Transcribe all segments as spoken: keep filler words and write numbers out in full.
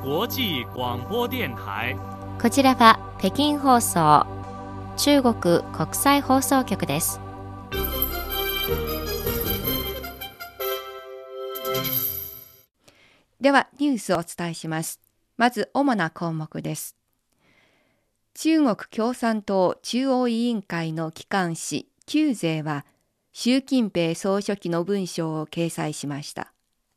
国際廣播電台。 こちらは北京放送、中国国際放送局です。 ではニュースをお伝えします。まず主な項目です。中国共産党中央委員会の機関紙旧税は習近平総書記の文章を掲載しました。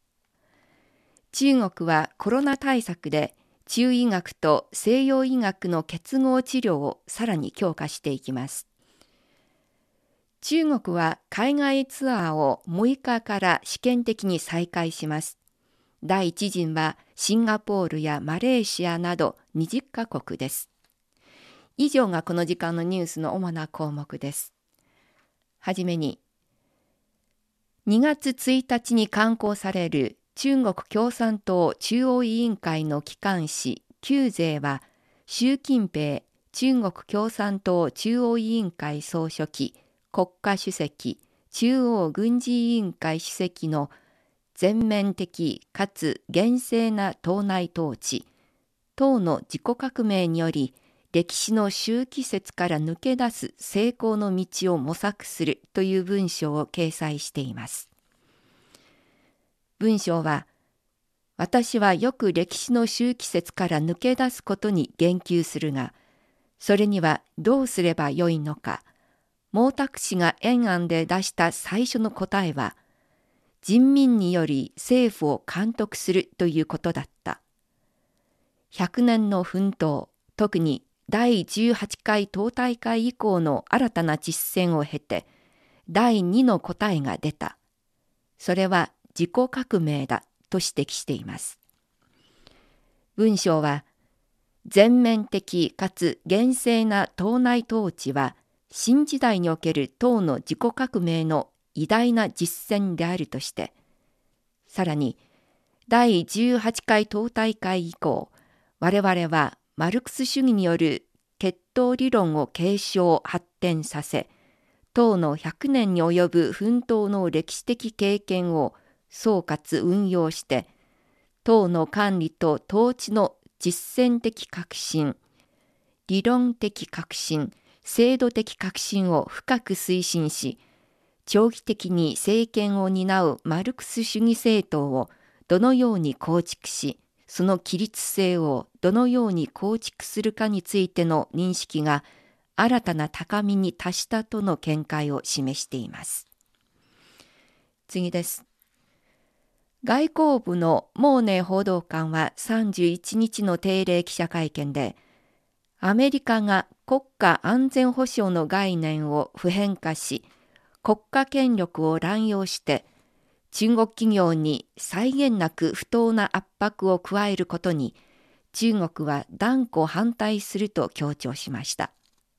中国はコロナ対策で中医学と西洋医学の結合治療をさらに強化していきます。中国は海外ツアーをむいかから試験的に再開します。第一陣はシンガポールやマレーシアなどにじゅっかこくです。以上がこの時間のニュースの主な項目です。はじめに、にがつついたちに刊行される中国共産党中央委員会の機関紙旧税は、習近平中国共産党中央委員会総書記、国家主席、中央軍事委員会主席の全面的かつ厳正な党内統治、党の自己革命により歴史の周期説から抜け出す成功の道を模索するという文章を掲載しています。文章は、私はよく歴史の周期説から抜け出すことに言及するが、それにはどうすればよいのか。毛沢氏が延安で出した最初の答えは、人民により政府を監督するということだった。ひゃくねんの奮闘、特にだいじゅうはちかい党大会以降の新たな実践を経て、だいにの答えが出た。それは自己革命だと指摘しています。文章は、全面的かつ厳正な党内統治は、新時代における党の自己革命の偉大な実践であるとして、さらに、だいじゅうはちかい党大会以降、我々はマルクス主義による血統理論を継承発展させ、党のひゃくねんに及ぶ奮闘の歴史的経験を総括運用して、党の管理と統治の実践的革新、理論的革新、制度的革新を深く推進し、長期的に政権を担うマルクス主義政党をどのように構築し、その規律性をどのように構築するかについての認識が新たな高みに達したとの見解を示しています。次です。外交部のモーネー報道官はさんじゅういちにちの定例記者会見で、アメリカが国家安全保障の概念を普遍化し、国家権力を乱用して中国企業に際限なく不当な圧迫を加えることに中国は断固反対すると強調しました。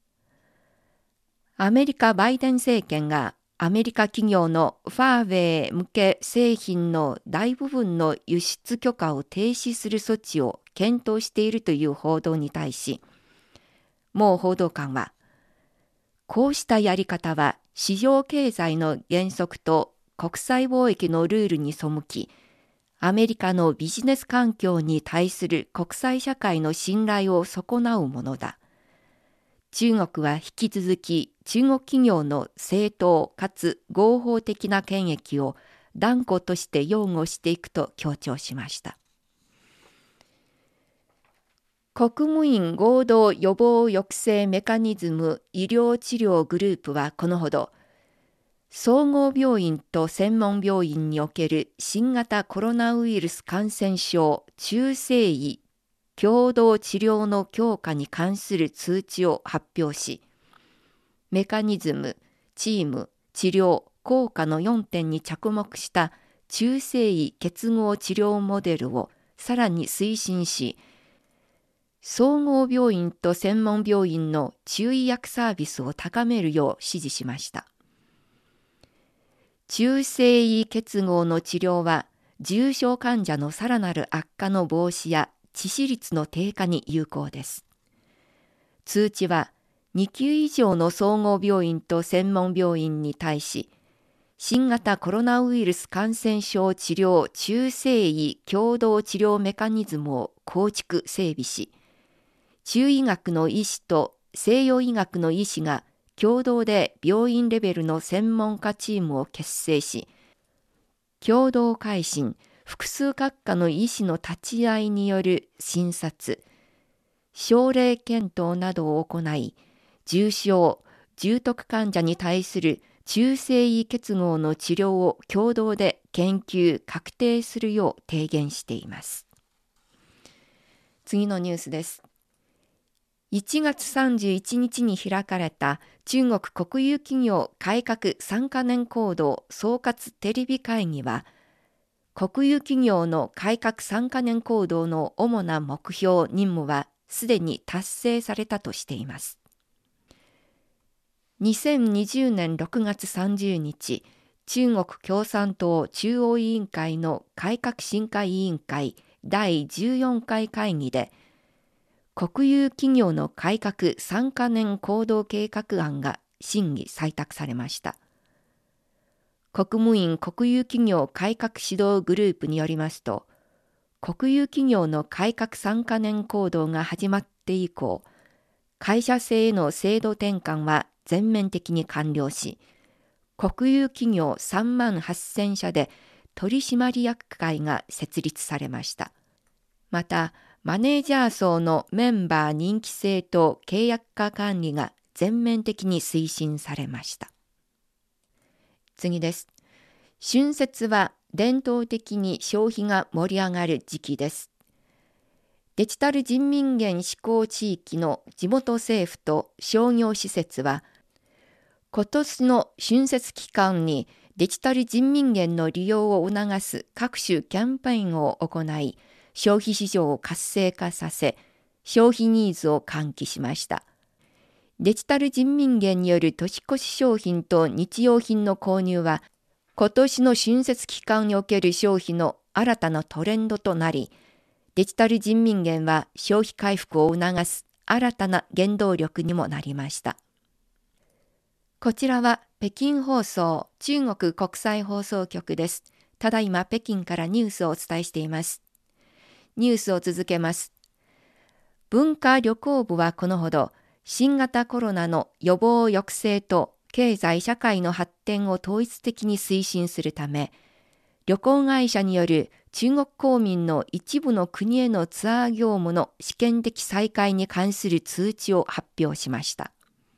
アメリカバイデン政権がアメリカ企業のファーウェイ向け製品の大部分の輸出許可を停止する措置を検討しているという報道に対し、モー報道官は、こうしたやり方は市場経済の原則と国際貿易のルールに背き、アメリカのビジネス環境に対する国際社会の信頼を損なうものだ。中国は引き続き中国企業の正当かつ合法的な権益を断固として擁護していくと強調しました。国務院合同予防抑制メカニズム医療治療グループはこのほど、総合病院と専門病院における新型コロナウイルス感染症中西医共同治療の強化に関する通知を発表し、メカニズム、チーム、治療、効果のよんてんに着目した中西医結合治療モデルをさらに推進し、総合病院と専門病院の中医薬サービスを高めるよう指示しました。中西医結合の治療は重症患者のさらなる悪化の防止や致死率の低下に有効です。通知はにきゅう以上の総合病院と専門病院に対し、 新型コロナウイルス感染症治療中西医共同治療メカニズムを構築整備し、中医学の医師と西洋医学の医師が共同で病院レベルの専門家チームを結成し、共同回診、複数閣下の医師の立ち会いによる診察、症例検討などを行い、重症、重篤患者に対する中西医結合の治療を共同で研究・確定するよう提言しています。次のニュースです。いちがつさんじゅういちにちに開かれた中国国有企業改革さんかねん行動総括テレビ会議は、国有企業の改革さんかねん行動の主な目標・任務はすでに達成されたとしています。にせんにじゅうねんろくがつさんじゅうにち、中国共産党中央委員会の改革審議委員会だいじゅうよんかい会議で、国有企業の改革さんかねん行動計画案が審議採択されました。国務院国有企業改革指導グループによりますと、国有企業の改革さんかねん行動が始まって以降、会社制への制度転換は全面的に完了し、国有企業さんまんはっせんしゃで取締役会が設立されました。また、マネージャー層のメンバー任期制と契約化管理が全面的に推進されました。次です。春節は伝統的に消費が盛り上がる時期です。デジタル人民元施行地域の地元政府と商業施設は、今年の春節期間にデジタル人民元の利用を促す各種キャンペーンを行い、消費市場を活性化させ、消費ニーズを喚起しました。デジタル人民元による年越し商品と日用品の購入は、今年の春節期間における消費の新たなトレンドとなり、デジタル人民元は消費回復を促す新たな原動力にもなりました。こちらは北京放送中国国際放送局です。ただいま北京からニュースをお伝えしています。ニュースを続けます。文化旅行部はこのほど、新型コロナの予防抑制と経済社会の発展を統一的に推進するため、旅行会社による中国公民の一部の国へのツアー業務の試験的再開に関する通知を発表しました。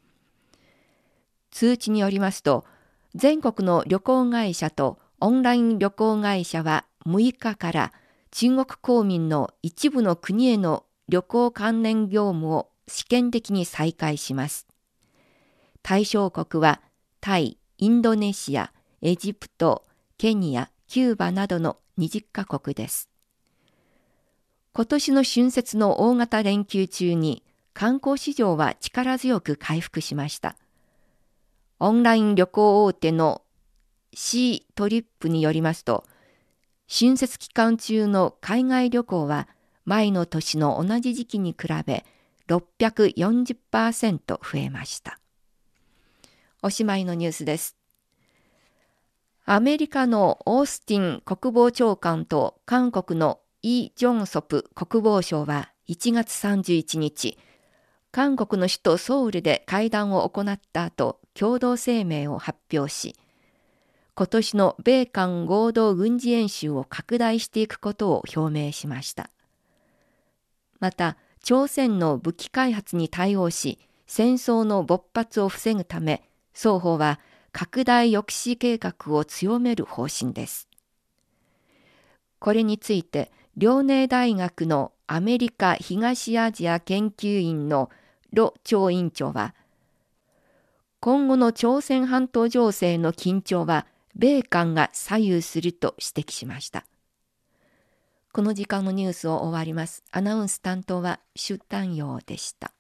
通知によりますと、全国の旅行会社とオンライン旅行会社はむいかから中国公民の一部の国への旅行関連業務を試験的に再開します。対象国はタイ、インドネシア、エジプト、ケニア、キューバなどのにじゅっかこくです。今年の春節の大型連休中に観光市場は力強く回復しました。オンライン旅行大手の C トリップによりますと、春節期間中の海外旅行は前の年の同じ時期に比べ ろっぴゃくよんじゅっパーセント 増えました。おしまいのニュースです。アメリカのオースティン国防長官と韓国のイ・ジョンソプ国防相はいちがつさんじゅういちにち、韓国の首都ソウルで会談を行った後、共同声明を発表し、今年の米韓合同軍事演習を拡大していくことを表明しました。また、朝鮮の武器開発に対応し、戦争の勃発を防ぐため、双方は拡大抑止計画を強める方針です。これについて、遼寧大学のアメリカ東アジア研究院のロ・チョウ院長は、今後の朝鮮半島情勢の緊張は、米韓が左右すると指摘しました。この時間のニュースを終わります。アナウンス担当はシュタンヨーでした。